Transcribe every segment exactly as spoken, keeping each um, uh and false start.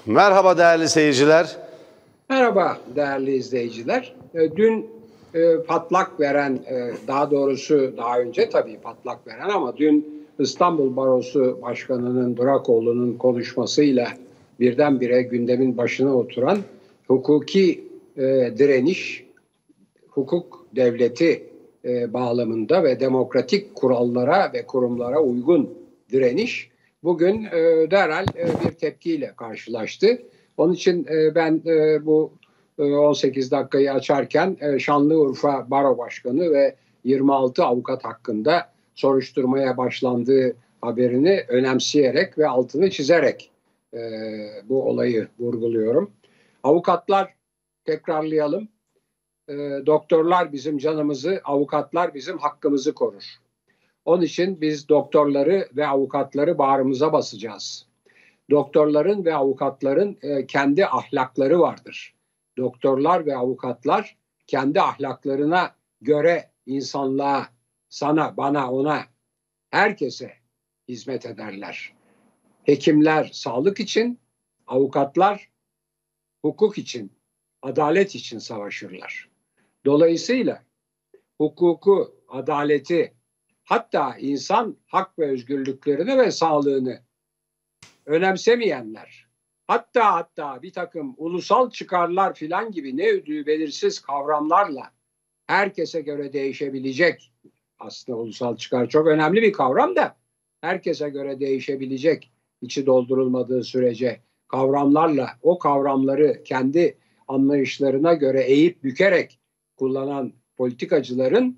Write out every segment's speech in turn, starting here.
Merhaba değerli seyirciler. Merhaba değerli izleyiciler. Dün e, patlak veren, e, daha doğrusu daha önce tabii patlak veren ama dün İstanbul Barosu Başkanı'nın Durakoğlu'nun konuşmasıyla birdenbire gündemin başına oturan hukuki e, direniş, hukuk devleti e, bağlamında ve demokratik kurallara ve kurumlara uygun direniş bugün e, derhal e, bir tepkiyle karşılaştı. Onun için e, ben e, bu e, on sekiz dakikayı açarken e, Şanlıurfa Baro Başkanı ve yirmi altı avukat hakkında soruşturmaya başlandığı haberini önemseyerek ve altını çizerek e, bu olayı vurguluyorum. Avukatlar, tekrarlayalım, e, doktorlar bizim canımızı, avukatlar bizim hakkımızı korur. Onun için biz doktorları ve avukatları bağrımıza basacağız. Doktorların ve avukatların e, kendi ahlakları vardır. Doktorlar ve avukatlar kendi ahlaklarına göre insanlığa, sana, bana, ona, herkese hizmet ederler. Hekimler sağlık için, avukatlar hukuk için, adalet için savaşırlar. Dolayısıyla hukuku, adaleti, hatta insan hak ve özgürlüklerini ve sağlığını önemsemeyenler, hatta hatta bir takım ulusal çıkarlar filan gibi ne ödüğü belirsiz kavramlarla herkese göre değişebilecek, aslında ulusal çıkar çok önemli bir kavram da herkese göre değişebilecek, içi doldurulmadığı sürece kavramlarla o kavramları kendi anlayışlarına göre eğip bükerek kullanan politikacıların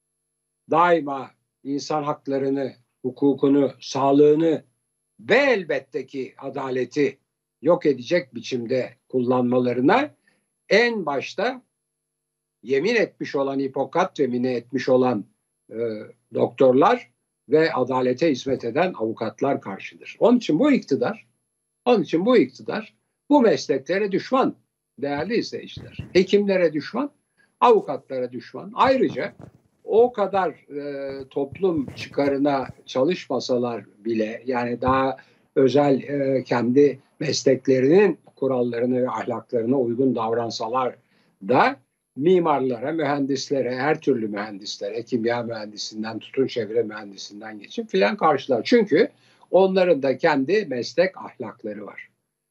daima insan haklarını, hukukunu, sağlığını ve elbette ki adaleti yok edecek biçimde kullanmalarına en başta yemin etmiş olan, Hipokrat yemini etmiş olan e, doktorlar ve adalete hizmet eden avukatlar karşıdır. Onun için bu iktidar, onun için bu iktidar bu mesleklere düşman değerli izleyiciler. Hekimlere düşman, avukatlara düşman. Ayrıca o kadar e, toplum çıkarına çalışmasalar bile, yani daha özel e, kendi mesleklerinin kurallarına ve ahlaklarına uygun davransalar da mimarlara, mühendislere, her türlü mühendislere, kimya mühendisinden tutun çevre mühendisinden geçin filan karşılar. Çünkü onların da kendi meslek ahlakları var.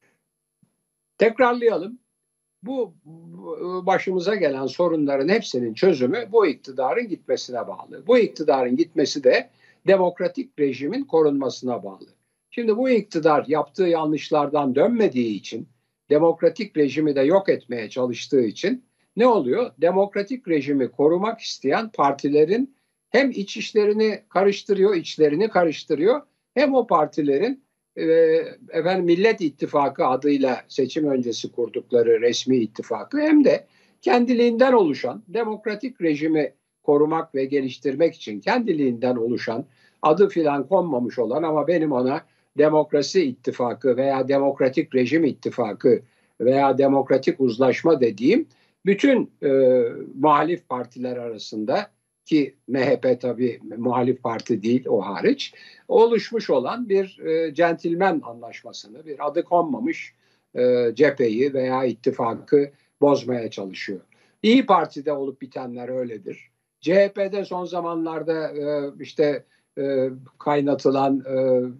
Tekrarlayalım. Bu başımıza gelen sorunların hepsinin çözümü bu iktidarın gitmesine bağlı. Bu iktidarın gitmesi de demokratik rejimin korunmasına bağlı. Şimdi bu iktidar yaptığı yanlışlardan dönmediği için, demokratik rejimi de yok etmeye çalıştığı için ne oluyor? Demokratik rejimi korumak isteyen partilerin hem iç işlerini karıştırıyor, içlerini karıştırıyor, hem o partilerin efendim Millet İttifakı adıyla seçim öncesi kurdukları resmi ittifakı hem de kendiliğinden oluşan, demokratik rejimi korumak ve geliştirmek için kendiliğinden oluşan, adı filan konmamış olan ama benim ona demokrasi ittifakı veya demokratik rejim ittifakı veya demokratik uzlaşma dediğim bütün e, muhalif partiler arasında, ki M H P tabii muhalif parti değil o hariç, oluşmuş olan bir e, centilmen anlaşmasını, bir adı konmamış e, cepheyi veya ittifakı bozmaya çalışıyor. İyi Parti'de olup bitenler öyledir. C H P'de son zamanlarda e, işte e, kaynatılan, e,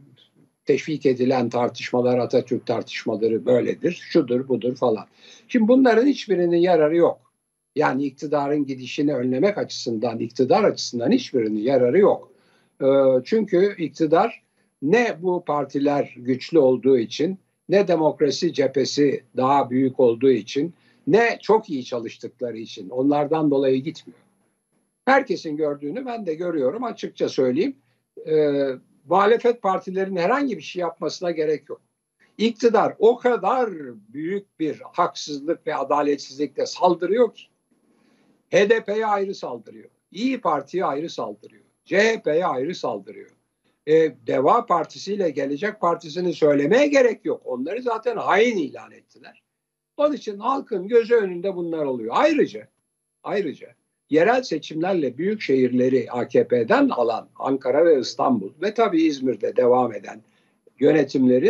teşvik edilen tartışmalar, Atatürk tartışmaları böyledir. Şudur budur falan. Şimdi bunların hiçbirinin yararı yok. Yani iktidarın gidişini önlemek açısından, iktidar açısından hiçbirinin yararı yok. E, çünkü iktidar ne bu partiler güçlü olduğu için, ne demokrasi cephesi daha büyük olduğu için, ne çok iyi çalıştıkları için onlardan dolayı gitmiyor. Herkesin gördüğünü ben de görüyorum, açıkça söyleyeyim. E, muhalefet partilerinin herhangi bir şey yapmasına gerek yok. İktidar o kadar büyük bir haksızlık ve adaletsizlikle saldırıyor ki, H D P'ye ayrı saldırıyor, İyi Parti'ye ayrı saldırıyor, C H P'ye ayrı saldırıyor. E, Deva Partisi ile Gelecek Partisi'ni söylemeye gerek yok. Onları zaten hain ilan ettiler. Onun için halkın gözü önünde bunlar oluyor. Ayrıca, ayrıca yerel seçimlerle büyük şehirleri A K P'den alan Ankara ve İstanbul ve tabii İzmir'de devam eden yönetimlerin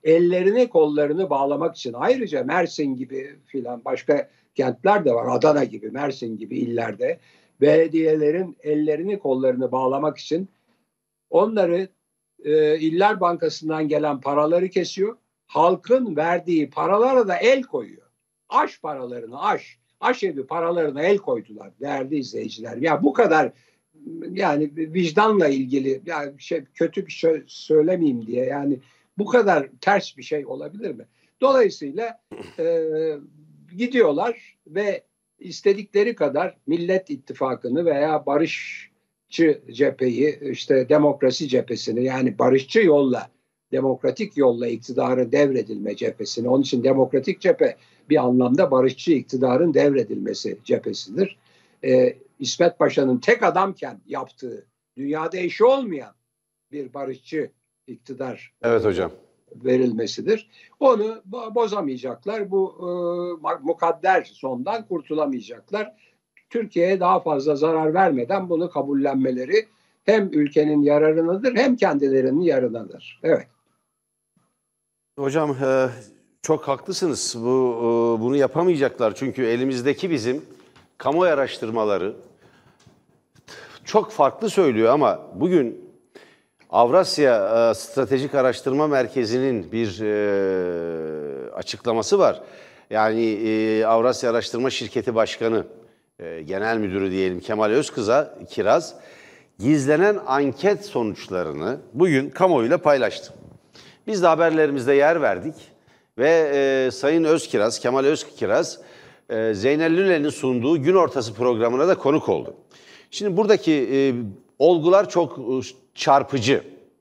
ellerini kollarını bağlamak için, ayrıca Mersin gibi filan başka kentler de var, Adana gibi, Mersin gibi illerde belediyelerin ellerini kollarını bağlamak için onları e, İller Bankası'ndan gelen paraları kesiyor. Halkın verdiği paralara da el koyuyor. Aş paralarını, aş, aşevi paralarına el koydular değerli izleyiciler. Ya bu kadar, yani vicdanla ilgili, yani şey, kötü bir şey söylemeyeyim diye, yani bu kadar ters bir şey olabilir mi? Dolayısıyla e, gidiyorlar ve istedikleri kadar Millet İttifakı'nı veya barışçı cepheyi, işte demokrasi cephesini, yani barışçı yolla, demokratik yolla iktidarın devredilme cephesini, onun için demokratik cephe bir anlamda barışçı iktidarın devredilmesi cephesidir. Ee, İsmet Paşa'nın tek adamken yaptığı, dünyada eşi olmayan bir barışçı iktidar Evet hocam. verilmesidir. Onu bozamayacaklar. Bu e, mukadder sondan kurtulamayacaklar. Türkiye'ye daha fazla zarar vermeden bunu kabullenmeleri hem ülkenin yararınadır hem kendilerinin yararınadır. Evet. Hocam e, çok haklısınız. Bu e, bunu yapamayacaklar çünkü elimizdeki bizim kamuoyu araştırmaları çok farklı söylüyor ama bugün Avrasya e, Stratejik Araştırma Merkezi'nin bir e, açıklaması var. Yani e, Avrasya Araştırma Şirketi Başkanı, e, Genel Müdürü diyelim Kemal Özkıza, Kiraz, gizlenen anket sonuçlarını bugün kamuoyuyla paylaştı. Biz de haberlerimizde yer verdik ve e, Sayın Özkiraz, Kemal Özkiraz, e, Zeynel Lüle'nin sunduğu Gün Ortası programına da konuk oldu. Şimdi buradaki e, olgular çok e, çarpıcı.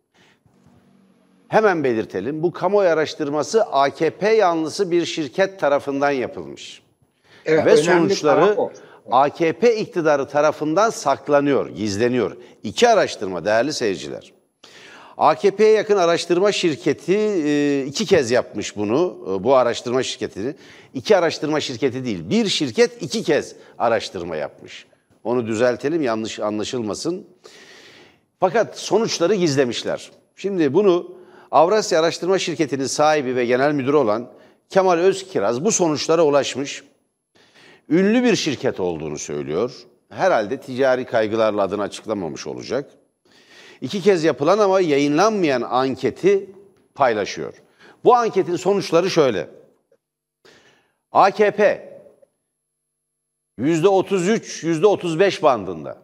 Hemen belirtelim, bu kamuoyu araştırması A K P yanlısı bir şirket tarafından yapılmış. Evet, ve sonuçları evet. A K P iktidarı tarafından saklanıyor, gizleniyor. İki araştırma değerli seyirciler. A K P'ye yakın araştırma şirketi e, iki kez yapmış bunu, e, bu araştırma şirketini. İki araştırma şirketi değil, bir şirket iki kez araştırma yapmış. Onu düzeltelim, yanlış anlaşılmasın. Fakat sonuçları gizlemişler. Şimdi bunu Avrasya Araştırma Şirketi'nin sahibi ve genel müdürü olan Kemal Özkiraz bu sonuçlara ulaşmış. Ünlü bir şirket olduğunu söylüyor. Herhalde ticari kaygılarla adını açıklamamış olacak. İki kez yapılan ama yayınlanmayan anketi paylaşıyor. Bu anketin sonuçları şöyle. A K P yüzde otuz üç, yüzde otuz beş bandında.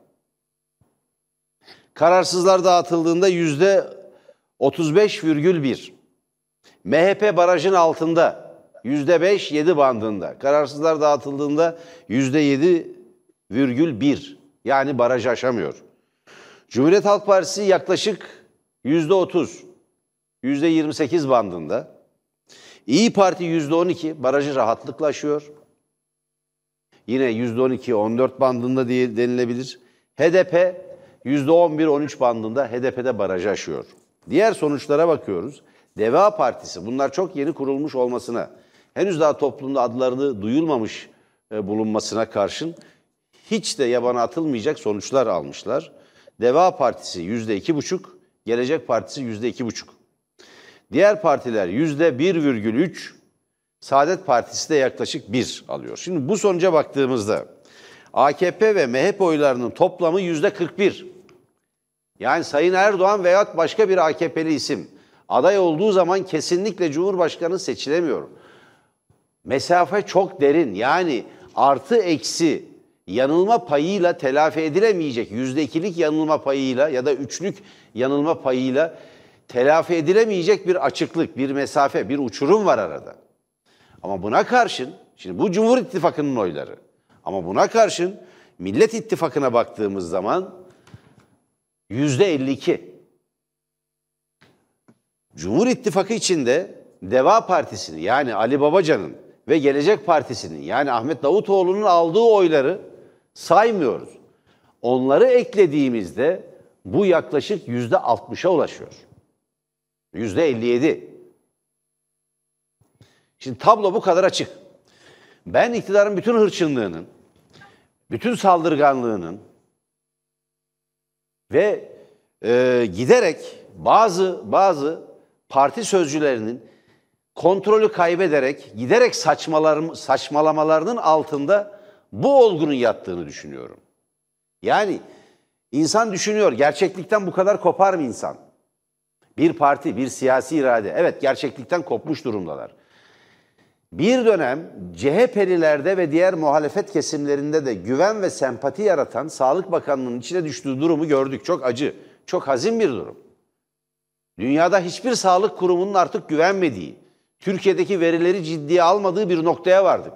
Kararsızlar dağıtıldığında yüzde otuz beş virgül bir. M H P barajın altında yüzde beş yedi bandında. Kararsızlar dağıtıldığında yüzde yedi virgül bir. Yani barajı aşamıyor. Cumhuriyet Halk Partisi yaklaşık yüzde otuz, yüzde yirmi sekiz bandında. İyi Parti yüzde on iki, barajı rahatlıkla aşıyor. Yine yüzde on iki on dört bandında diye denilebilir. H D P yüzde on bir on üç bandında, H D P'de barajı aşıyor. Diğer sonuçlara bakıyoruz. Deva Partisi, bunlar çok yeni kurulmuş olmasına, henüz daha toplumda adlarını duyulmamış bulunmasına karşın hiç de yabana atılmayacak sonuçlar almışlar. Deva Partisi yüzde iki buçuk, Gelecek Partisi yüzde iki buçuk. Diğer partiler yüzde bir virgül üç, Saadet Partisi de yaklaşık bir alıyor. Şimdi bu sonuca baktığımızda A K P ve M H P oylarının toplamı yüzde kırk bir. Yani Sayın Erdoğan veyahut başka bir A K P'li isim aday olduğu zaman kesinlikle Cumhurbaşkanı seçilemiyor. Mesafe çok derin, yani artı eksi yanılma payıyla telafi edilemeyecek, yüzde ikilik yanılma payıyla ya da üçlük yanılma payıyla telafi edilemeyecek bir açıklık, bir mesafe, bir uçurum var arada. Ama buna karşın, şimdi bu Cumhur İttifakı'nın oyları, ama buna karşın Millet İttifakı'na baktığımız zaman yüzde elli iki. Cumhur İttifakı içinde Deva Partisi'nin, yani Ali Babacan'ın ve Gelecek Partisi'nin, yani Ahmet Davutoğlu'nun aldığı oyları saymıyoruz. Onları eklediğimizde bu yaklaşık yüzde altmışa ulaşıyor. Yüzde elli yedi. Şimdi tablo bu kadar açık. Ben iktidarın bütün hırçınlığının, bütün saldırganlığının ve e, giderek bazı bazı parti sözcülerinin kontrolü kaybederek, giderek saçmalar, saçmalamalarının altında bu olgunun yattığını düşünüyorum. Yani insan düşünüyor, gerçeklikten bu kadar kopar mı insan? Bir parti, bir siyasi irade, evet gerçeklikten kopmuş durumdalar. Bir dönem C H P'lilerde ve diğer muhalefet kesimlerinde de güven ve sempati yaratan Sağlık Bakanlığı'nın içine düştüğü durumu gördük. Çok acı, çok hazin bir durum. Dünyada hiçbir sağlık kurumunun artık güvenmediği, Türkiye'deki verileri ciddiye almadığı bir noktaya vardık.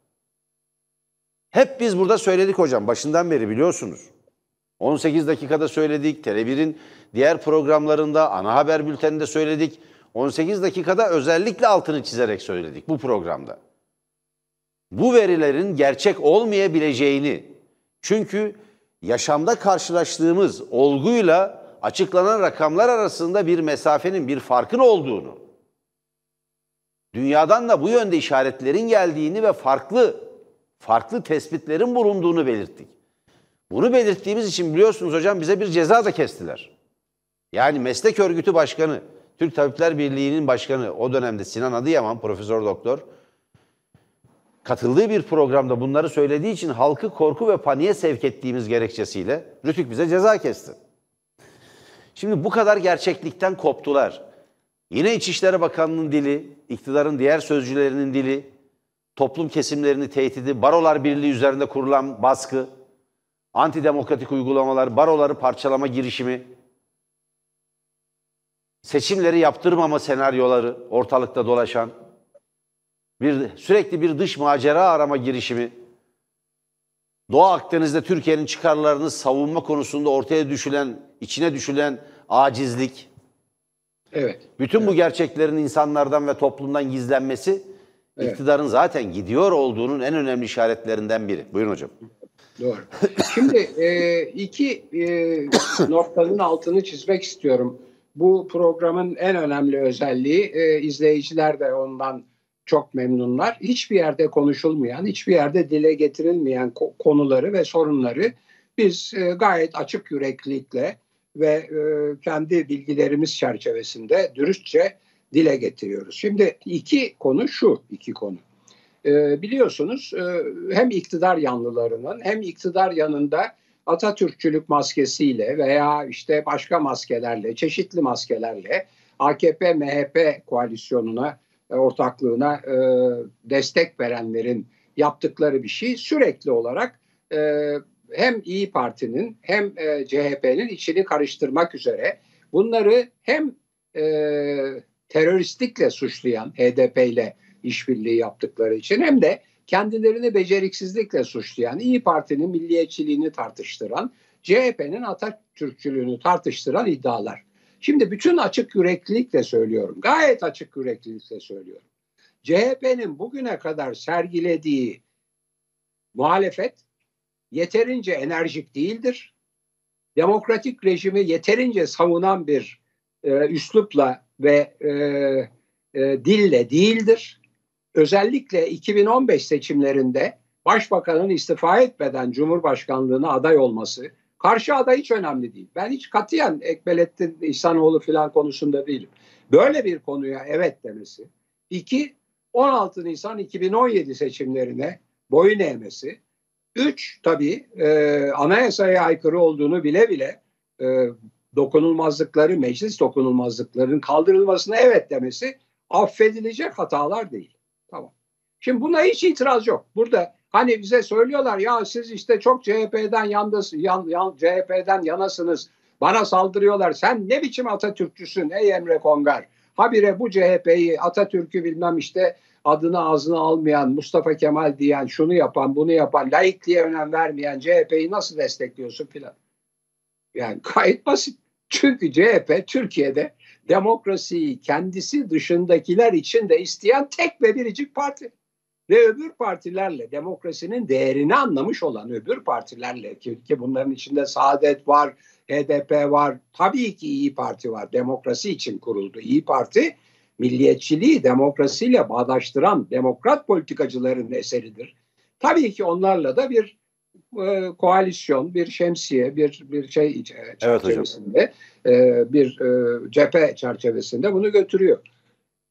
Hep biz burada söyledik hocam, başından beri biliyorsunuz. on sekiz dakikada söyledik, Tele bir'in diğer programlarında, ana haber bülteninde söyledik. on sekiz dakikada özellikle altını çizerek söyledik bu programda. Bu verilerin gerçek olmayabileceğini, çünkü yaşamda karşılaştığımız olguyla açıklanan rakamlar arasında bir mesafenin, bir farkın olduğunu, dünyadan da bu yönde işaretlerin geldiğini ve farklı, farklı tespitlerin bulunduğunu belirttik. Bunu belirttiğimiz için biliyorsunuz hocam bize bir ceza da kestiler. Yani meslek örgütü başkanı, Türk Tabipler Birliği'nin başkanı o dönemde Sinan Adıyaman, Profesör Doktor, katıldığı bir programda bunları söylediği için halkı korku ve paniğe sevk ettiğimiz gerekçesiyle Rütük bize ceza kesti. Şimdi bu kadar gerçeklikten koptular. Yine İçişleri Bakanlığı'nın dili, iktidarın diğer sözcülerinin dili, toplum kesimlerini tehdidi, Barolar Birliği üzerinde kurulan baskı, antidemokratik uygulamalar, baroları parçalama girişimi, seçimleri yaptırmama senaryoları ortalıkta dolaşan, bir sürekli bir dış macera arama girişimi, Doğu Akdeniz'de Türkiye'nin çıkarlarını savunma konusunda ortaya düşülen, içine düşülen acizlik, evet. bütün evet. bu gerçeklerin insanlardan ve toplumdan gizlenmesi, evet. iktidarın zaten gidiyor olduğunun en önemli işaretlerinden biri. Buyurun hocam. Doğru. Şimdi e, iki e, noktanın altını çizmek istiyorum. Bu programın en önemli özelliği, e, izleyiciler de ondan çok memnunlar. Hiçbir yerde konuşulmayan, hiçbir yerde dile getirilmeyen ko- konuları ve sorunları biz e, gayet açık yüreklilikle ve e, kendi bilgilerimiz çerçevesinde dürüstçe dile getiriyoruz. Şimdi iki konu şu, iki konu. E, biliyorsunuz e, hem iktidar yanlılarının hem iktidar yanında Atatürkçülük maskesiyle veya işte başka maskelerle, çeşitli maskelerle A K P M H P koalisyonuna, ortaklığına e, destek verenlerin yaptıkları bir şey sürekli olarak e, hem İyi Parti'nin hem e, C H P'nin içini karıştırmak üzere bunları hem e, teröristlikle suçlayan H D P ile işbirliği yaptıkları için hem de kendilerini beceriksizlikle suçlayan, İyi Parti'nin milliyetçiliğini tartıştıran, C H P'nin Atatürkçülüğünü tartıştıran iddialar. Şimdi bütün açık yüreklilikle söylüyorum, gayet açık yüreklilikle söylüyorum. C H P'nin bugüne kadar sergilediği muhalefet yeterince enerjik değildir. Demokratik rejimi yeterince savunan bir e, üslupla ve e, e, dille değildir. Özellikle iki bin on beş seçimlerinde Başbakanın istifa etmeden Cumhurbaşkanlığına aday olması, karşı aday hiç önemli değil. Ben hiç katiyen Ekmelettin İhsanoğlu falan konusunda değilim. Böyle bir konuya evet demesi. İki, on altı Nisan iki bin on yedi seçimlerine boyun eğmesi. Üç, tabii e, anayasaya aykırı olduğunu bile bile e, dokunulmazlıkları, meclis dokunulmazlıklarının kaldırılmasına evet demesi affedilecek hatalar değil. Tamam. Şimdi buna hiç itiraz yok. Burada hani bize söylüyorlar ya siz işte çok C H P'den yandasın, yan, yan, C H P'den yanasınız. Bana saldırıyorlar. Sen ne biçim Atatürkçüsün ey Emre Kongar? Habire bu C H P'yi, Atatürk'ü bilmem işte adını ağzına almayan, Mustafa Kemal diyen, şunu yapan, bunu yapan, laikliğe önem vermeyen C H P'yi nasıl destekliyorsun filan? Yani gayet basit. Çünkü C H P Türkiye'de demokrasiyi kendisi dışındakiler için de isteyen tek ve biricik parti. Ve öbür partilerle, demokrasinin değerini anlamış olan öbür partilerle ki, ki bunların içinde Saadet var, H D P var, tabii ki İyi Parti var. Demokrasi için kuruldu. İyi Parti milliyetçiliği demokrasiyle bağdaştıran demokrat politikacıların eseridir. Tabii ki onlarla da bir e, koalisyon, bir şemsiye, bir bir şey çerçevesinde, evet e, bir e, cephe çerçevesinde bunu götürüyor.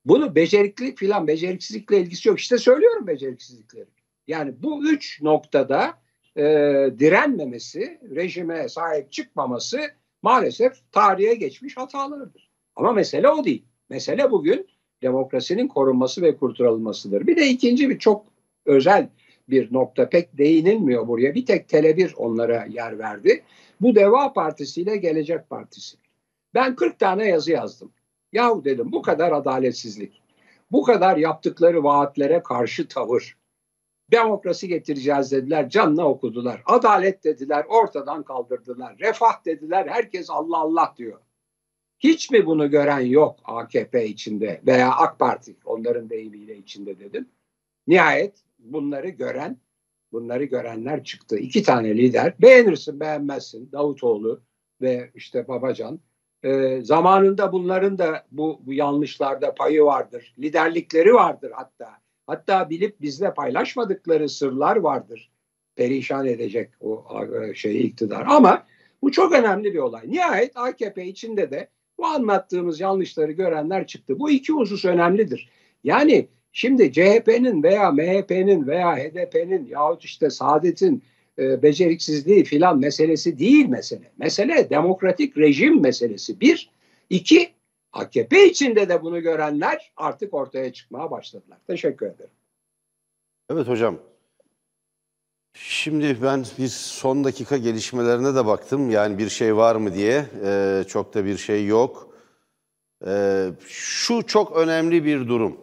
Bunu beceriklilik filan beceriksizlikle ilgisi yok. İşte söylüyorum beceriksizlikleri. Yani bu üç noktada e, direnmemesi, rejime sahip çıkmaması maalesef tarihe geçmiş hatalarıdır. Ama mesele o değil. Mesele bugün demokrasinin korunması ve kurtarılmasıdır. Bir de ikinci bir çok özel bir nokta, pek değinilmiyor buraya. Bir tek Tele bir onlara yer verdi. Bu Deva Partisi ile Gelecek Partisi. Ben kırk tane yazı yazdım. Yahu dedim, bu kadar adaletsizlik, bu kadar yaptıkları vaatlere karşı tavır, demokrasi getireceğiz dediler, canına okudular. Adalet dediler, ortadan kaldırdılar. Refah dediler, herkes Allah Allah diyor. Hiç mi bunu gören yok A K P içinde veya AK Parti, onların deyimiyle içinde dedim. Nihayet bunları gören, bunları görenler çıktı. İki tane lider, beğenirsin beğenmezsin, Davutoğlu ve işte Babacan. Ee, zamanında bunların da bu, bu yanlışlarda payı vardır. Liderlikleri vardır hatta. Hatta bilip bizle paylaşmadıkları sırlar vardır. Perişan edecek o şeyi iktidar. Ama bu çok önemli bir olay. Nihayet A K P içinde de bu anlattığımız yanlışları görenler çıktı. Bu iki husus önemlidir. Yani şimdi C H P'nin veya M H P'nin veya H D P'nin yahut işte Saadet'in e, beceriksizliği filan meselesi değil mesele. Mesele demokratik rejim meselesi. Bir. İki, A K P içinde de bunu görenler artık ortaya çıkmaya başladılar. Teşekkür ederim. Evet hocam. Şimdi ben bir son dakika gelişmelerine de baktım. Yani bir şey var mı diye. Ee, çok da bir şey yok. Ee, şu çok önemli bir durum.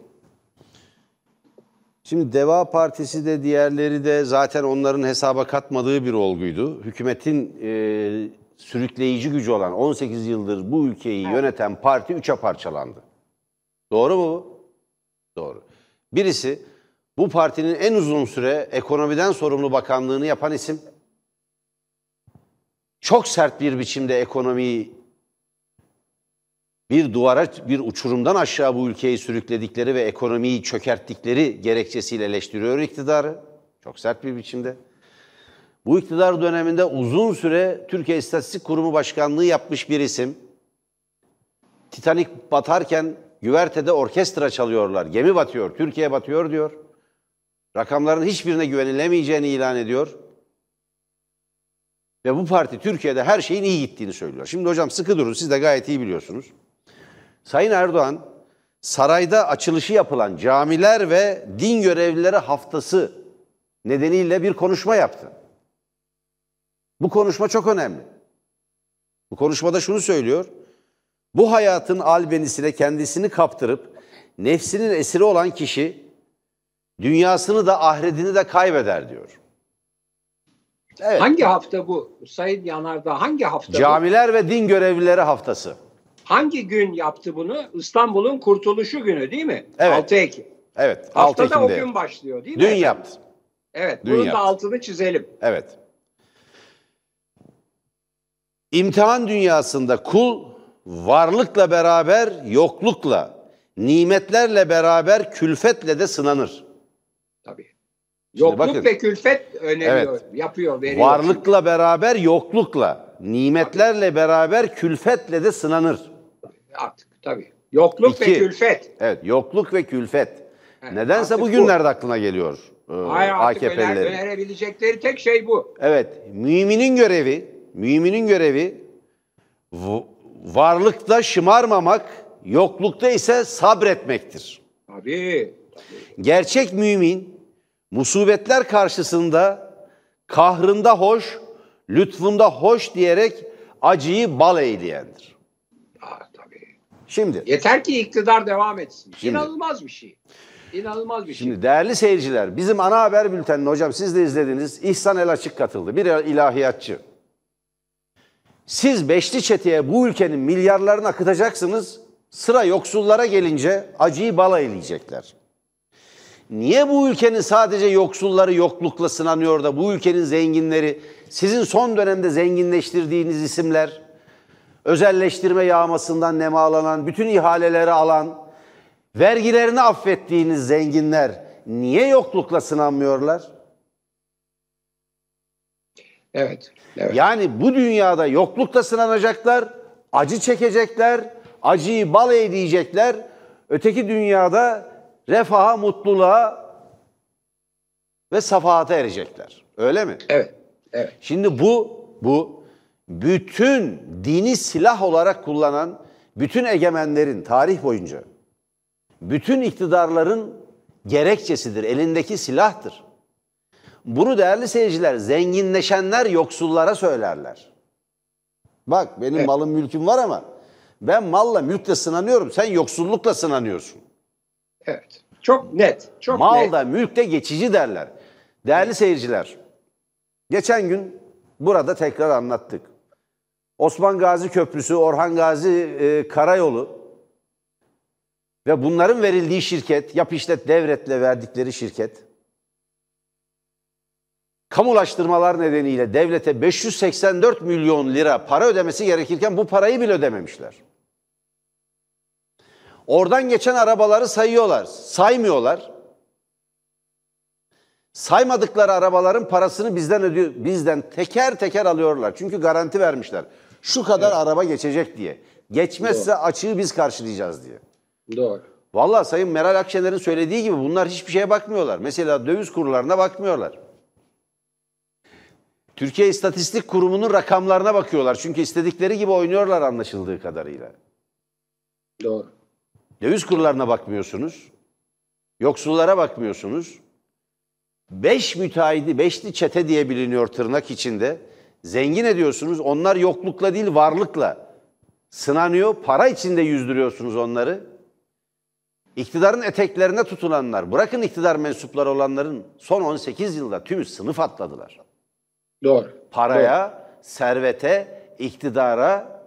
Şimdi Deva Partisi de diğerleri de zaten onların hesaba katmadığı bir olguydu. Hükümetin e, sürükleyici gücü olan on sekiz yıldır bu ülkeyi yöneten parti üçe parçalandı. Doğru mu bu? Doğru. Birisi bu partinin en uzun süre ekonomiden sorumlu bakanlığını yapan isim. Çok sert bir biçimde ekonomiyi bir duvara, bir uçurumdan aşağı bu ülkeyi sürükledikleri ve ekonomiyi çökerttikleri gerekçesiyle eleştiriyor iktidarı. Çok sert bir biçimde. Bu iktidar döneminde uzun süre Türkiye İstatistik Kurumu Başkanlığı yapmış bir isim. Titanic batarken güvertede orkestra çalıyorlar. Gemi batıyor, Türkiye batıyor diyor. Rakamların hiçbirine güvenilemeyeceğini ilan ediyor. Ve bu parti Türkiye'de her şeyin iyi gittiğini söylüyor. Şimdi hocam sıkı durun, siz de gayet iyi biliyorsunuz. Sayın Erdoğan, sarayda açılışı yapılan Camiler ve Din Görevlileri Haftası nedeniyle bir konuşma yaptı. Bu konuşma çok önemli. Bu konuşmada şunu söylüyor. Bu hayatın albenisine kendisini kaptırıp nefsinin esiri olan kişi dünyasını da ahiretini de kaybeder diyor. Evet. Hangi hafta bu Sayın Yanardağ? Hangi hafta Camiler bu? ve Din Görevlileri Haftası. Hangi gün yaptı bunu? İstanbul'un kurtuluşu günü değil mi? Evet. altı Ekim. Evet. altı Haftada Ekim'de. o gün başlıyor değil mi? Dün efendim? yaptı. Evet. Dün Bunun yaptı. da altını çizelim. Evet. İmtihan dünyasında kul varlıkla beraber yoklukla, nimetlerle beraber külfetle de sınanır. Tabii. Şimdi Yokluk bakın, ve külfet öneriyor, evet, yapıyor, veriyor. varlıkla çünkü. Beraber yoklukla, nimetlerle tabii. beraber külfetle de sınanır. Artık tabii. Yokluk İki, ve külfet. Evet, yokluk ve külfet. Evet, Nedense bu bugünlerde aklına geliyor e, Hayır, A K P'lilerin. öner, önerebilecekleri tek şey bu. Evet, müminin görevi, müminin görevi varlıkta şımarmamak, yoklukta ise sabretmektir. Tabii, tabii. Gerçek mümin, musibetler karşısında kahrında hoş, lütfunda hoş diyerek acıyı bal eyleyendir. Aa, tabii. Şimdi. Yeter ki iktidar devam etsin. Şimdi, İnanılmaz bir şey. İnanılmaz bir şimdi şey. Değerli seyirciler, bizim ana haber bültenine hocam siz de izlediniz. İhsan El Açık katıldı. Bir ilahiyatçı. Siz beşli çeteye bu ülkenin milyarlarını akıtacaksınız. Sıra yoksullara gelince acıyı bal eyleyecekler. Niye bu ülkenin sadece yoksulları yoklukla sınanıyor da bu ülkenin zenginleri, sizin son dönemde zenginleştirdiğiniz isimler, özelleştirme yağmasından nemalanan, bütün ihaleleri alan, vergilerini affettiğiniz zenginler niye yoklukla sınanmıyorlar? Evet, evet. Yani bu dünyada yoklukla sınanacaklar, acı çekecekler, acıyı bal eyleyecekler. Öteki dünyada refaha, mutluluğa ve safahata erecekler. Öyle mi? Evet. Evet. Şimdi bu bu bütün dini silah olarak kullanan bütün egemenlerin tarih boyunca bütün iktidarların gerekçesidir. Elindeki silahtır. Bunu değerli seyirciler, zenginleşenler yoksullara söylerler. Bak benim Evet. malım mülküm var ama ben malla mülkle sınanıyorum. Sen yoksullukla sınanıyorsun. Evet. Çok net. Çok Mal net. da mülk de geçici derler. Değerli seyirciler, geçen gün burada tekrar anlattık. Osman Gazi Köprüsü, Orhan Gazi e, Karayolu ve bunların verildiği şirket, Yap İşlet Devret'le verdikleri şirket, kamulaştırmalar nedeniyle devlete beş yüz seksen dört milyon lira para ödemesi gerekirken bu parayı bile ödememişler. Oradan geçen arabaları sayıyorlar, saymıyorlar. Saymadıkları arabaların parasını bizden ödüyor, bizden teker teker alıyorlar. Çünkü garanti vermişler. Şu kadar evet. araba geçecek diye. Geçmezse Doğru. açığı biz karşılayacağız diye. Doğru. Vallahi Sayın Meral Akşener'in söylediği gibi bunlar hiçbir şeye bakmıyorlar. Mesela döviz kurlarına bakmıyorlar. Türkiye İstatistik Kurumu'nun rakamlarına bakıyorlar. Çünkü istedikleri gibi oynuyorlar anlaşıldığı kadarıyla. Doğru. Döviz kurlarına bakmıyorsunuz. Yoksullara bakmıyorsunuz. Beş müteahhidi, beşli çete diye biliniyor tırnak içinde. Zengin ediyorsunuz. Onlar yoklukla değil varlıkla sınanıyor. Para içinde yüzdürüyorsunuz onları. İktidarın eteklerine tutulanlar, bırakın iktidar mensupları olanların son on sekiz yılda tümü sınıf atladılar. Doğru. Paraya, Doğru. servete, iktidara,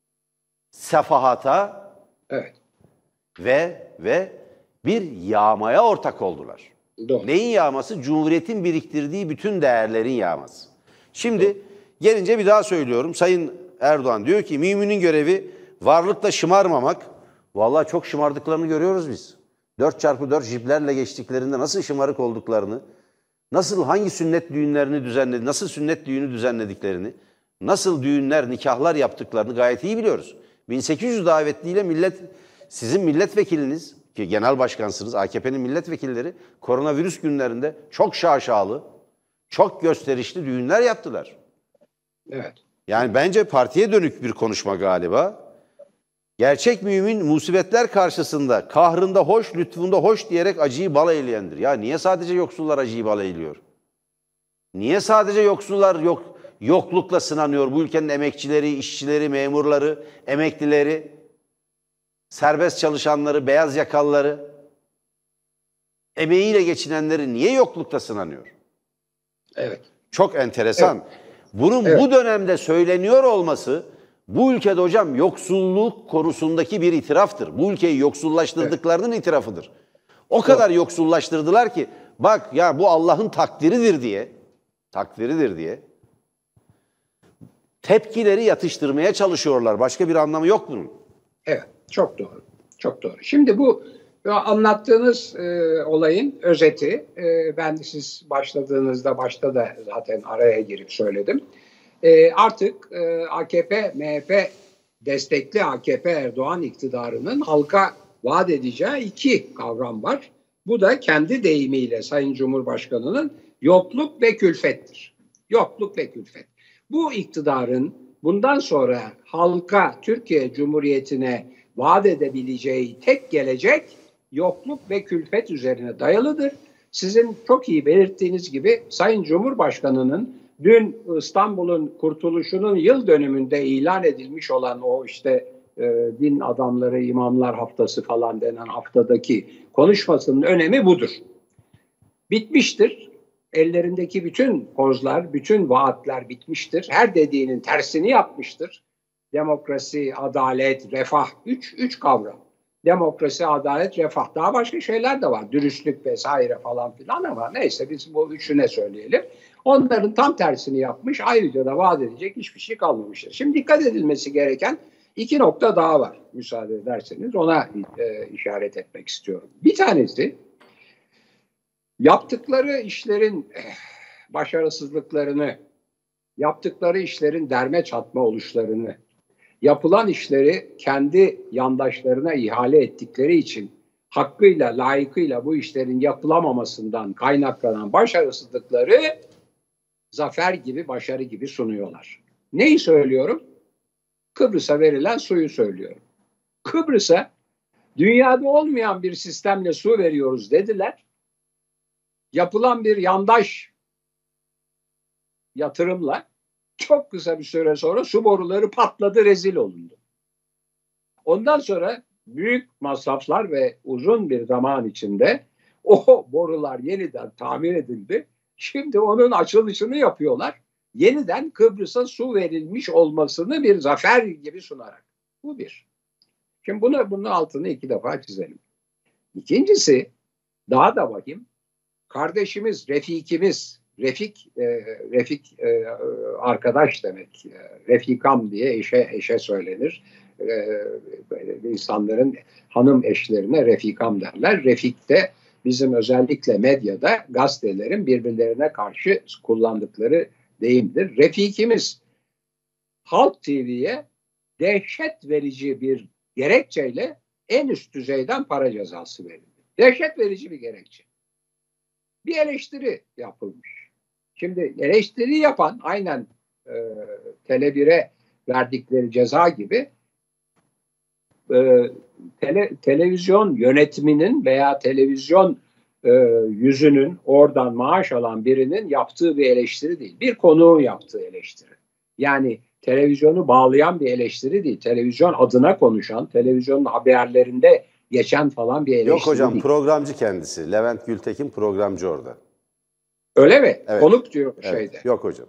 sefahata evet. ve ve bir yağmaya ortak oldular. Doğru. Neyin yağması? Cumhuriyetin biriktirdiği bütün değerlerin yağması. Şimdi Doğru. gelince bir daha söylüyorum. Sayın Erdoğan diyor ki müminin görevi varlıkla şımarmamak. Vallahi çok şımardıklarını görüyoruz biz. dört çarpı dört jiplerle geçtiklerinde nasıl şımarık olduklarını, nasıl hangi sünnet düğünlerini düzenledi, nasıl sünnet düğünü düzenlediklerini, nasıl düğünler, nikahlar yaptıklarını gayet iyi biliyoruz. bin sekiz yüz davetliyle millet, sizin milletvekiliniz ki genel başkansınız, A K P'nin milletvekilleri koronavirüs günlerinde çok şaşalı, çok gösterişli düğünler yaptılar. Evet. Yani bence partiye dönük bir konuşma galiba. Gerçek mümin musibetler karşısında kahrında hoş, lütfunda hoş diyerek acıyı bal eyleyendir. Ya niye sadece yoksullar acıyı bal eyliyor? Niye sadece yoksullar yok, yoklukla sınanıyor? Bu ülkenin emekçileri, işçileri, memurları, emeklileri, serbest çalışanları, beyaz yakalıları, emeğiyle geçinenleri niye yoklukta sınanıyor? Evet. Çok enteresan. Evet. Bunun evet. bu dönemde söyleniyor olması bu ülkede hocam yoksulluk konusundaki bir itiraftır. Bu ülkeyi yoksullaştırdıklarının evet. itirafıdır. O kadar evet. yoksullaştırdılar ki bak ya bu Allah'ın takdiridir diye, takdiridir diye tepkileri yatıştırmaya çalışıyorlar. Başka bir anlamı yok bunun. Evet, çok doğru. Çok doğru. Şimdi bu anlattığınız e, olayın özeti, e, ben siz başladığınızda başta da zaten araya girip söyledim. E, artık e, A K P, M H P destekli A K P Erdoğan iktidarının halka vaat edeceği iki kavram var. Bu da kendi deyimiyle Sayın Cumhurbaşkanı'nın yokluk ve külfettir. Yokluk ve külfet. Bu iktidarın bundan sonra halka, Türkiye Cumhuriyeti'ne vaat edebileceği tek gelecek yokluk ve külfet üzerine dayalıdır. Sizin çok iyi belirttiğiniz gibi Sayın Cumhurbaşkanı'nın dün İstanbul'un kurtuluşunun yıl dönümünde ilan edilmiş olan o işte e, din adamları, imamlar haftası falan denen haftadaki konuşmasının önemi budur. Bitmiştir. Ellerindeki bütün kozlar, bütün vaatler bitmiştir. Her dediğinin tersini yapmıştır. Demokrasi, adalet, refah. Üç, üç kavram. Demokrasi, adalet, refah. Daha başka şeyler de var. Dürüstlük vesaire falan filan ama neyse biz bu üçüne söyleyelim. Onların tam tersini yapmış. Ayrıca da vaat edecek hiçbir şey kalmamıştır. Şimdi dikkat edilmesi gereken iki nokta daha var. Müsaade ederseniz ona e, işaret etmek istiyorum. Bir tanesi yaptıkları işlerin başarısızlıklarını, yaptıkları işlerin derme çatma oluşlarını, yapılan işleri kendi yandaşlarına ihale ettikleri için hakkıyla, layıkıyla bu işlerin yapılamamasından kaynaklanan başarısızlıkları zafer gibi, başarı gibi sunuyorlar. Neyi söylüyorum? Kıbrıs'a verilen suyu söylüyorum. Kıbrıs'a dünyada olmayan bir sistemle su veriyoruz dediler. Yapılan bir yandaş yatırımla çok kısa bir süre sonra su boruları patladı, rezil olundu. Ondan sonra büyük masraflar ve uzun bir zaman içinde o borular yeniden tamir edildi. Şimdi onun açılışını yapıyorlar. Yeniden Kıbrıs'a su verilmiş olmasını bir zafer gibi sunarak. Bu bir. Şimdi bunu, bunun altını iki defa çizelim. İkincisi, daha da vahim, kardeşimiz, refikimiz, refik, e, refik e, arkadaş demek, e, refikam diye eşe, eşe söylenir. E, insanların hanım eşlerine refikam derler. Refik de bizim özellikle medyada gazetelerin birbirlerine karşı kullandıkları deyimdir. Refikimiz Halk T V'ye dehşet verici bir gerekçeyle en üst düzeyden para cezası verildi. Dehşet verici bir gerekçe. Bir eleştiri yapılmış. Şimdi eleştiri yapan aynen e, Tele bir'e verdikleri ceza gibi e, tele, televizyon yönetiminin veya televizyon e, yüzünün oradan maaş alan birinin yaptığı bir eleştiri değil. Bir konuğun yaptığı eleştiri. Yani televizyonu bağlayan bir eleştiri değil. Televizyon adına konuşan, televizyonun haberlerinde geçen falan bir eleştiri Yok hocam değil. Programcı kendisi. Levent Gültekin programcı orada. Öyle mi? Evet. Konuk diyor Evet. şeyde. Yok hocam.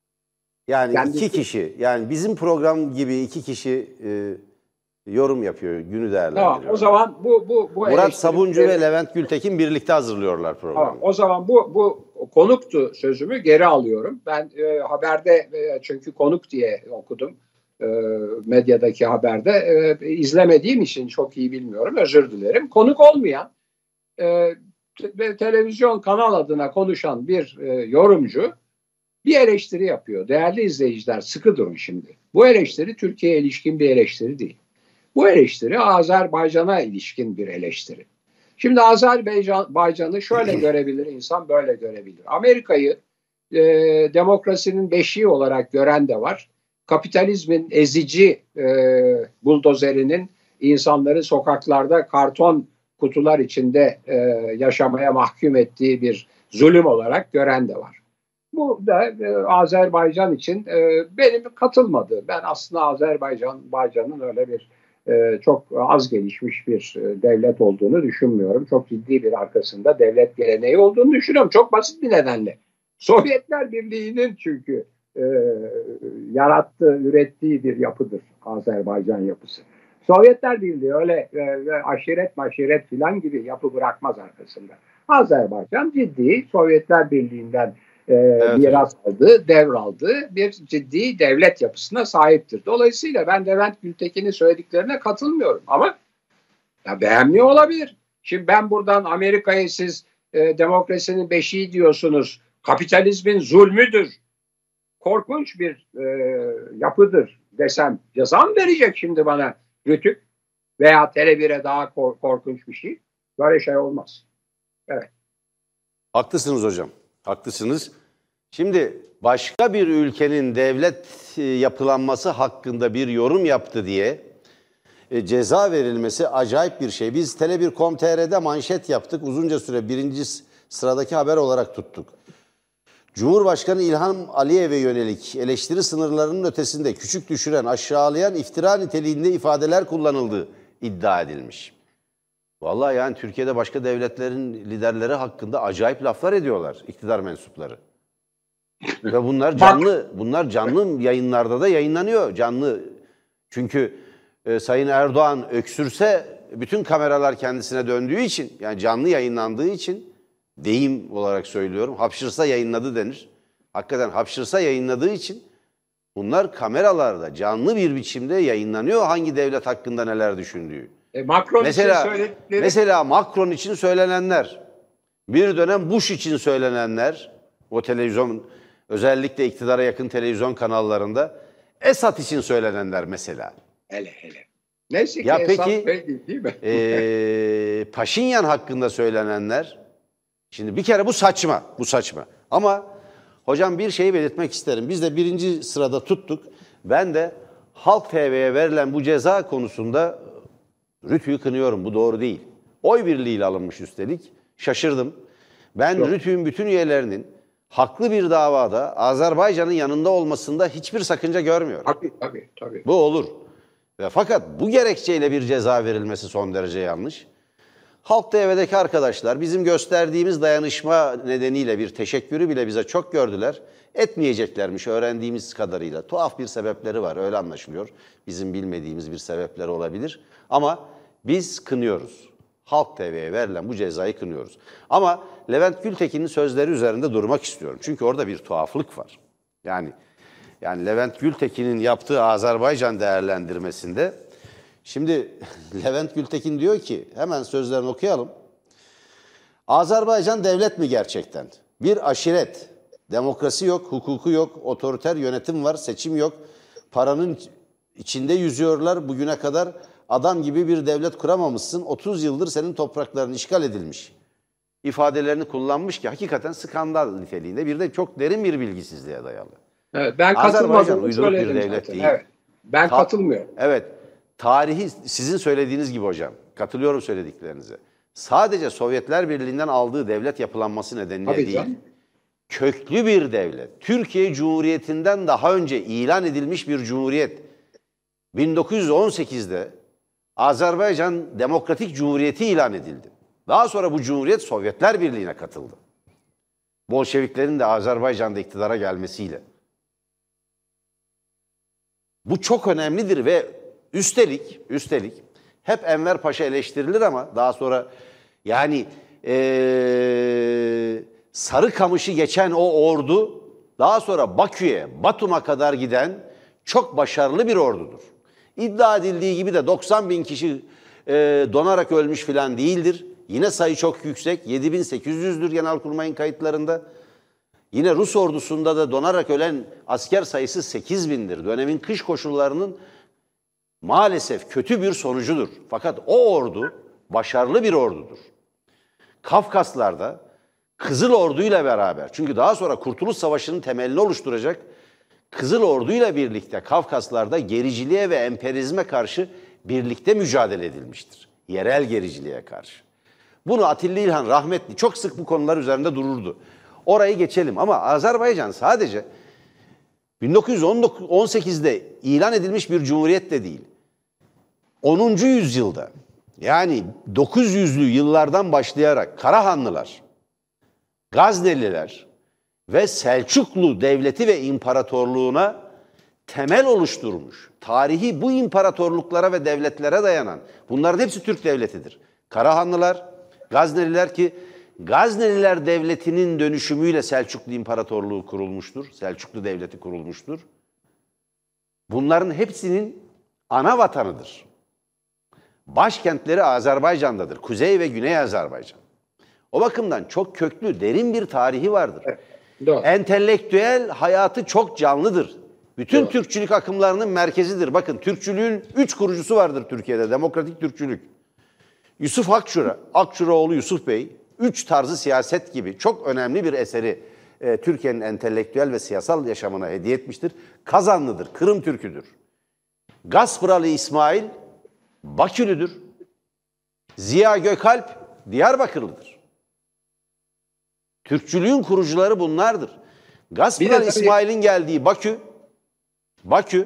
Yani Kendisi... iki kişi, yani bizim program gibi iki kişi e, yorum yapıyor, günü değerlendiriyor. Tamam, o zaman bu bu bu Murat Sabuncu ve Levent Gültekin birlikte hazırlıyorlar programı. Tamam, o zaman bu bu konuktu sözümü geri alıyorum. Ben e, haberde e, çünkü konuk diye okudum. E, medyadaki haberde e, izlemediğim için çok iyi bilmiyorum. Özür dilerim. Konuk olmayan e, te- televizyon kanal adına konuşan bir e, yorumcu bir eleştiri yapıyor. Değerli izleyiciler, sıkı durun şimdi. Bu eleştiri Türkiye'ye ilişkin bir eleştiri değil. Bu eleştiri Azerbaycan'a ilişkin bir eleştiri. Şimdi Azerbaycan'ı şöyle görebilir insan, böyle görebilir. Amerika'yı e, demokrasinin beşiği olarak gören de var. Kapitalizmin ezici e, buldozerinin insanları sokaklarda karton kutular içinde e, yaşamaya mahkum ettiği bir zulüm olarak gören de var. Bu da e, Azerbaycan için e, benim katılmadığı. Ben aslında Azerbaycan'ın öyle bir e, çok az gelişmiş bir e, devlet olduğunu düşünmüyorum. Çok ciddi bir arkasında devlet geleneği olduğunu düşünüyorum. Çok basit bir nedenle. Sovyetler Birliği'nin çünkü e, yarattığı, ürettiği bir yapıdır Azerbaycan yapısı. Sovyetler Birliği öyle e, aşiret maşiret filan gibi yapı bırakmaz arkasında. Azerbaycan ciddi Sovyetler Birliği'nden e, evet, miras aldığı, devraldığı bir ciddi devlet yapısına sahiptir. Dolayısıyla ben Levent Gültekin'in söylediklerine katılmıyorum ama ya beğenmiyor olabilir. Şimdi ben buradan Amerika'ya siz e, demokrasinin beşiği diyorsunuz, kapitalizmin zulmüdür, korkunç bir e, yapıdır desem ceza mı verecek şimdi bana Rütük veya Tele bir'e daha kor- korkunç bir şey? Böyle şey olmaz. Evet. Haklısınız hocam. Haklısınız. Şimdi başka bir ülkenin devlet yapılanması hakkında bir yorum yaptı diye e, ceza verilmesi acayip bir şey. Biz Tele bir nokta com nokta tr'de manşet yaptık. Uzunca süre birinci sıradaki haber olarak tuttuk. Cumhurbaşkanı İlham Aliyev'e yönelik eleştiri sınırlarının ötesinde küçük düşüren, aşağılayan, iftira niteliğinde ifadeler kullanıldığı iddia edilmiş. Vallahi yani Türkiye'de başka devletlerin liderleri hakkında acayip laflar ediyorlar iktidar mensupları. Ve bunlar canlı, bunlar canlı yayınlarda da yayınlanıyor. Canlı. Çünkü e, Sayın Erdoğan öksürse bütün kameralar kendisine döndüğü için, yani canlı yayınlandığı için, deyim olarak söylüyorum, hapşırsa yayınladı denir. Hakikaten hapşırsa yayınladığı için bunlar kameralarda canlı bir biçimde yayınlanıyor, hangi devlet hakkında neler düşündüğü. E, Macron mesela, için söyledikleri... Mesela Macron için söylenenler, bir dönem Bush için söylenenler, o televizyon, özellikle iktidara yakın televizyon kanallarında, Esad için söylenenler mesela. Hele hele. Neyse ki Ya Esad peki Bey değil mi? e, Paşinyan hakkında söylenenler, şimdi bir kere bu saçma, bu saçma. Ama hocam bir şeyi belirtmek isterim. Biz de birinci sırada tuttuk. Ben de Halk T V'ye verilen bu ceza konusunda RTÜ'yü kınıyorum. Bu doğru değil. Oy birliğiyle alınmış üstelik. Şaşırdım. Ben Yok. RTÜ'nün bütün üyelerinin haklı bir davada Azerbaycan'ın yanında olmasında hiçbir sakınca görmüyorum. Tabii tabii tabii. Bu olur. Ve fakat bu gerekçeyle bir ceza verilmesi son derece yanlış. Halk T V'deki arkadaşlar bizim gösterdiğimiz dayanışma nedeniyle bir teşekkürü bile bize çok gördüler. Etmeyeceklermiş öğrendiğimiz kadarıyla. Tuhaf bir sebepleri var, öyle anlaşılıyor. Bizim bilmediğimiz bir sebepleri olabilir. Ama biz kınıyoruz. Halk T V'ye verilen bu cezayı kınıyoruz. Ama Levent Gültekin'in sözleri üzerinde durmak istiyorum. Çünkü orada bir tuhaflık var. Yani yani Levent Gültekin'in yaptığı Azerbaycan değerlendirmesinde, şimdi Levent Gültekin diyor ki, hemen sözlerini okuyalım. Azerbaycan devlet mi gerçekten? Bir aşiret. Demokrasi yok, hukuku yok, otoriter yönetim var, seçim yok. Paranın içinde yüzüyorlar. Bugüne kadar adam gibi bir devlet kuramamışsın. otuz yıldır senin toprakların işgal edilmiş ifadelerini kullanmış ki hakikaten skandal niteliğinde, bir de çok derin bir bilgisizliğe dayalı. Evet, ben Azerbaycan katılmadığımı uyduruk bir söyledim devlet zaten. değil. Evet. Ben Ta- katılmıyorum. Evet. Tarihi sizin söylediğiniz gibi hocam. Katılıyorum söylediklerinize. Sadece Sovyetler Birliği'nden aldığı devlet yapılanması nedeniyle Tabii değil. canım. Köklü bir devlet. Türkiye Cumhuriyeti'nden daha önce ilan edilmiş bir cumhuriyet. bin dokuz yüz on sekizde Azerbaycan Demokratik Cumhuriyeti ilan edildi. Daha sonra bu cumhuriyet Sovyetler Birliği'ne katıldı. Bolşeviklerin de Azerbaycan'da iktidara gelmesiyle. Bu çok önemlidir ve üstelik, üstelik hep Enver Paşa eleştirilir ama daha sonra yani ee, Sarıkamış'ı geçen o ordu daha sonra Bakü'ye, Batum'a kadar giden çok başarılı bir ordudur. İddia edildiği gibi de doksan bin kişi e, donarak ölmüş falan değildir. Yine sayı çok yüksek, yedi bin sekiz yüzdür Genelkurmay'ın kayıtlarında. Yine Rus ordusunda da donarak ölen asker sayısı sekiz bindir. Dönemin kış koşullarının maalesef kötü bir sonucudur. Fakat o ordu başarılı bir ordudur. Kafkaslar'da Kızıl Ordu'yla beraber, çünkü daha sonra Kurtuluş Savaşı'nın temelini oluşturacak Kızıl Ordu'yla birlikte Kafkaslar'da gericiliğe ve emperyalizme karşı birlikte mücadele edilmiştir. Yerel gericiliğe karşı. Bunu Atilla İlhan rahmetli çok sık bu konular üzerinde dururdu. Orayı geçelim ama Azerbaycan sadece bin dokuz yüz on sekizde ilan edilmiş bir cumhuriyet de değil. onuncu yüzyılda, yani dokuz yüzlü yıllardan başlayarak Karahanlılar, Gazneliler ve Selçuklu Devleti ve İmparatorluğuna temel oluşturmuş. Tarihi bu imparatorluklara ve devletlere dayanan, bunların hepsi Türk devletidir. Karahanlılar, Gazneliler ki Gazneliler Devleti'nin dönüşümüyle Selçuklu İmparatorluğu kurulmuştur. Selçuklu Devleti kurulmuştur. Bunların hepsinin ana vatanıdır. Başkentleri Azerbaycan'dadır. Kuzey ve Güney Azerbaycan. O bakımdan çok köklü, derin bir tarihi vardır. Evet, doğru. Entelektüel hayatı çok canlıdır. Bütün Doğru. Türkçülük akımlarının merkezidir. Bakın Türkçülüğün üç kurucusu vardır Türkiye'de. Demokratik Türkçülük. Yusuf Akçura, Akçuraoğlu Yusuf Bey, Üç Tarzı Siyaset gibi çok önemli bir eseri e, Türkiye'nin entelektüel ve siyasal yaşamına hediye etmiştir. Kazanlıdır, Kırım Türküdür. Gaspıralı İsmail, Bakülüdür. Ziya Gökalp, Diyarbakırlıdır. Türkçülüğün kurucuları bunlardır. Gaspıralı İsmail'in geldiği Bakü, Bakü,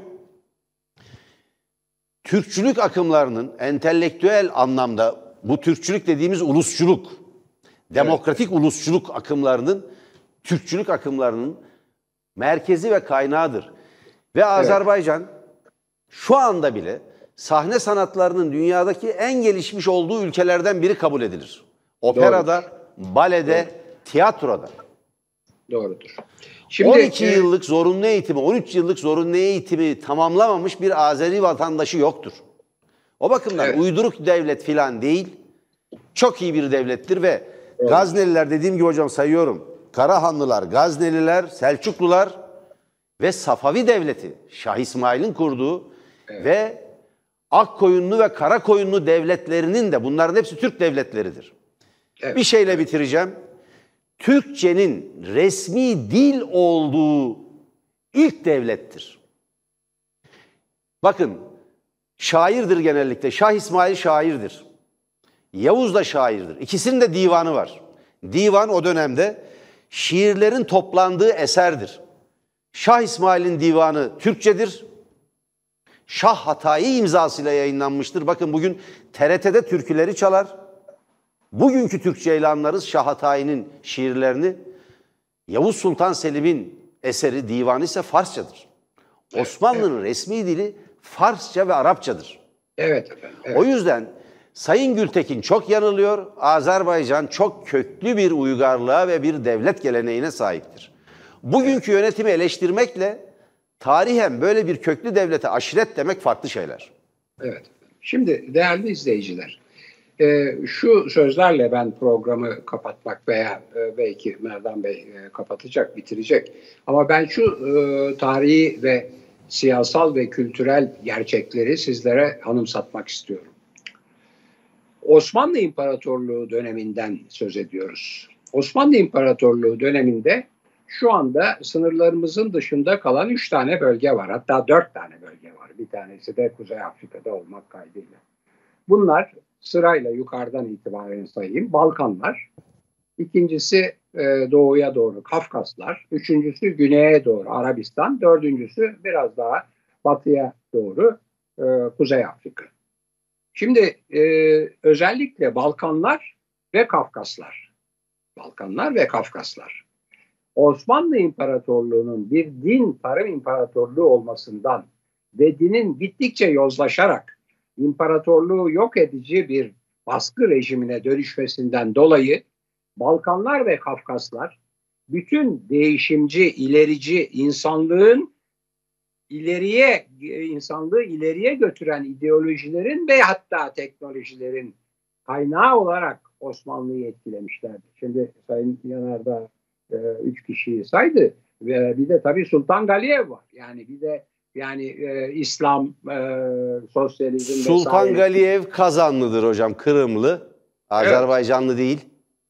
Türkçülük akımlarının entelektüel anlamda, bu Türkçülük dediğimiz ulusçuluk, demokratik evet. ulusçuluk akımlarının, Türkçülük akımlarının merkezi ve kaynağıdır. Ve evet. Azerbaycan şu anda bile sahne sanatlarının dünyadaki en gelişmiş olduğu ülkelerden biri kabul edilir. Operada, Doğrudur. balede, Doğru. tiyatroda. Doğrudur. Şimdi, on iki e... yıllık zorunlu eğitimi, on üç yıllık zorunlu eğitimi tamamlamamış bir Azeri vatandaşı yoktur. O bakımdan evet. uyduruk devlet filan değil, çok iyi bir devlettir ve evet. Gazneliler dediğim gibi hocam sayıyorum. Karahanlılar, Gazneliler, Selçuklular ve Safavi Devleti, Şah İsmail'in kurduğu Evet. ve Akkoyunlu ve Karakoyunlu devletlerinin de, bunların hepsi Türk devletleridir. Evet. Bir şeyle bitireceğim. Türkçenin resmi dil olduğu ilk devlettir. Bakın, şairdir genellikle. Şah İsmail şairdir. Yavuz da şairdir. İkisinin de divanı var. Divan o dönemde şiirlerin toplandığı eserdir. Şah İsmail'in divanı Türkçedir. Şah Hatayi imzasıyla yayınlanmıştır. Bakın bugün T R T'de türküleri çalar. Bugünkü Türkçeyle anlarız Şah Hatayi'nin şiirlerini. Yavuz Sultan Selim'in eseri, divanı ise Farsçadır. Osmanlı'nın evet. resmi dili Farsça ve Arapçadır. Evet efendim. Evet. O yüzden Sayın Gültekin çok yanılıyor. Azerbaycan çok köklü bir uygarlığa ve bir devlet geleneğine sahiptir. Bugünkü evet. yönetimi eleştirmekle tarihen böyle bir köklü devlete aşiret demek farklı şeyler. Evet. Şimdi değerli izleyiciler, e, şu sözlerle ben programı kapatmak veya e, belki Merdan Bey e, kapatacak, bitirecek. Ama ben şu e, tarihi ve siyasal ve kültürel gerçekleri sizlere anımsatmak istiyorum. Osmanlı İmparatorluğu döneminden söz ediyoruz. Osmanlı İmparatorluğu döneminde şu anda sınırlarımızın dışında kalan üç tane bölge var. Hatta dört tane bölge var. Bir tanesi de Kuzey Afrika'da olmak kaydıyla. Bunlar sırayla yukarıdan itibaren sayayım. Balkanlar. İkincisi e, doğuya doğru Kafkaslar. Üçüncüsü güneye doğru Arabistan. Dördüncüsü biraz daha batıya doğru e, Kuzey Afrika. Şimdi e, özellikle Balkanlar ve Kafkaslar. Balkanlar ve Kafkaslar. Osmanlı İmparatorluğu'nun bir din tarım imparatorluğu olmasından ve dinin gittikçe yozlaşarak imparatorluğu yok edici bir baskı rejimine dönüşmesinden dolayı Balkanlar ve Kafkaslar bütün değişimci, ilerici, insanlığın ileriye insanlığı ileriye götüren ideolojilerin ve hatta teknolojilerin kaynağı olarak Osmanlı'yı etkilemişlerdir. Şimdi Sayın Yanardağ e, üç kişiyi saydı ve bir de tabii Sultan Galiyev var. Yani bir de yani e, İslam, e, sosyalizm Sultan vesaire. Galiyev Kazanlıdır hocam, Kırımlı. Azerbaycanlı evet. değil.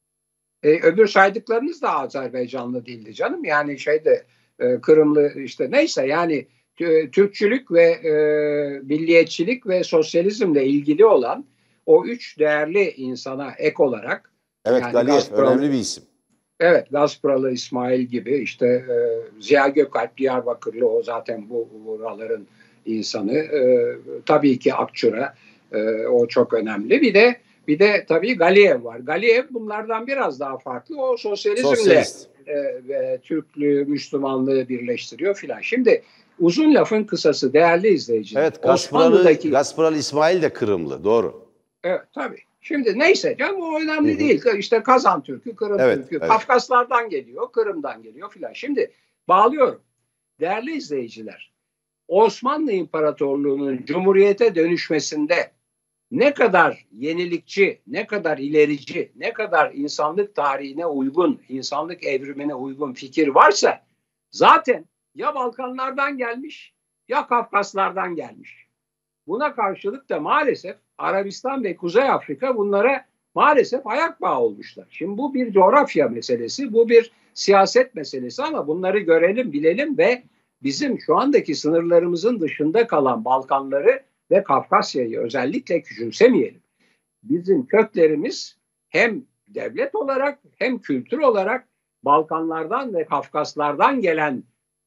E, öbür saydıklarınız da Azerbaycanlı değildi canım. Yani şeyde e, Kırımlı işte neyse yani Türkçülük ve e, milliyetçilik ve sosyalizmle ilgili olan o üç değerli insana ek olarak. Evet yani Galiyev Gazprom, önemli bir isim. Evet Gazpralı İsmail gibi işte e, Ziya Gökalp Diyarbakırlı o zaten bu buraların insanı. E, tabii ki Akçura e, o çok önemli. Bir de bir de tabii Galiyev var. Galiyev bunlardan biraz daha farklı. O sosyalizmle e, ve Türklüğü, Müslümanlığı birleştiriyor filan. Şimdi uzun lafın kısası değerli izleyiciler. Evet Gazpralı, Gazpralı İsmail de Kırımlı doğru. Evet tabii. Şimdi neyse canım o önemli hı hı. değil. İşte Kazan Türk'ü, Kırım evet, Türk'ü, evet. Kafkaslardan geliyor, Kırım'dan geliyor filan. Şimdi bağlıyorum. Değerli izleyiciler, Osmanlı İmparatorluğu'nun Cumhuriyete dönüşmesinde ne kadar yenilikçi, ne kadar ilerici, ne kadar insanlık tarihine uygun, insanlık evrimine uygun fikir varsa zaten ya Balkanlardan gelmiş ya Kafkaslardan gelmiş. Buna karşılık da maalesef Arabistan ve Kuzey Afrika bunlara maalesef ayak bağı olmuşlar. Şimdi bu bir coğrafya meselesi, bu bir siyaset meselesi ama bunları görelim, bilelim ve bizim şu andaki sınırlarımızın dışında kalan Balkanları ve Kafkasya'yı özellikle küçümsemeyelim. Bizim köklerimiz hem devlet olarak hem kültür olarak Balkanlardan ve Kafkaslardan gelen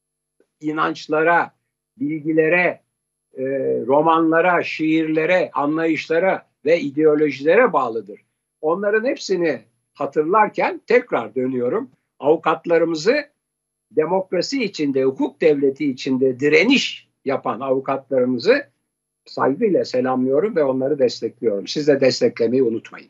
inançlara, bilgilere, e, romanlara, şiirlere, anlayışlara ve ideolojilere bağlıdır. Onların hepsini hatırlarken tekrar dönüyorum. Avukatlarımızı demokrasi içinde, hukuk devleti içinde direniş yapan avukatlarımızı saygıyla selamlıyorum ve onları destekliyorum. Siz de desteklemeyi unutmayın.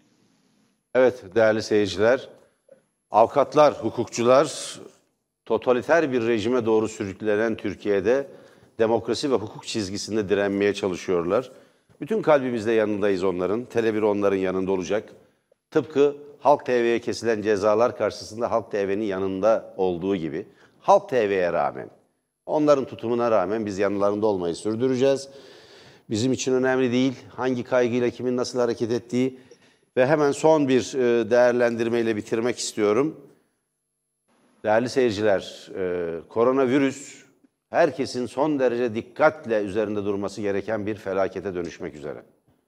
Evet değerli seyirciler, avukatlar, hukukçular totaliter bir rejime doğru sürüklenen Türkiye'de demokrasi ve hukuk çizgisinde direnmeye çalışıyorlar. Bütün kalbimizle yanındayız onların. Tele bir onların yanında olacak. Tıpkı Halk T V'ye kesilen cezalar karşısında Halk T V'nin yanında olduğu gibi Halk T V'ye rağmen Onların tutumuna rağmen biz yanlarında olmayı sürdüreceğiz. Bizim için önemli değil hangi kaygıyla kimin nasıl hareket ettiği. Ve hemen son bir değerlendirmeyle bitirmek istiyorum. Değerli seyirciler, koronavirüs herkesin son derece dikkatle üzerinde durması gereken bir felakete dönüşmek üzere.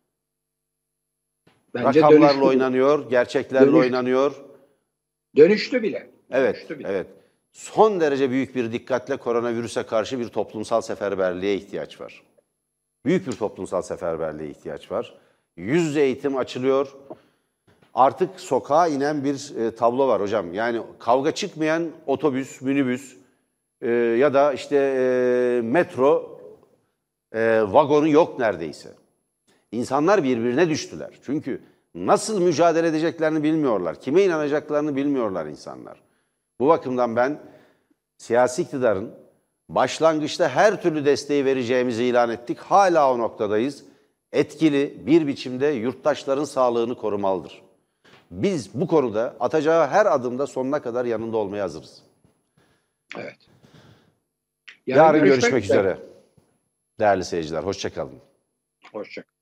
Bence Rakamlarla dönüştü. oynanıyor, gerçeklerle Dönüştü. oynanıyor. Dönüştü bile. Evet, Dönüştü bile. evet. Son derece büyük bir dikkatle koronavirüse karşı bir toplumsal seferberliğe ihtiyaç var. Büyük bir toplumsal seferberliğe ihtiyaç var. Yüz yüze eğitim açılıyor. Artık sokağa inen bir e, tablo var hocam. Yani kavga çıkmayan otobüs, minibüs e, ya da işte e, metro e, vagonu yok neredeyse. İnsanlar birbirine düştüler. Çünkü nasıl mücadele edeceklerini bilmiyorlar. Kime inanacaklarını bilmiyorlar insanlar. Bu bakımdan ben siyasi iktidarın başlangıçta her türlü desteği vereceğimizi ilan ettik. Hala o noktadayız. Etkili bir biçimde yurttaşların sağlığını korumalıdır. Biz bu konuda atacağı her adımda sonuna kadar yanında olmaya hazırız. Evet. Yarın, Yarın görüşmek, görüşmek üzere. üzere. Değerli seyirciler, hoşça kalın. Hoşça kalın.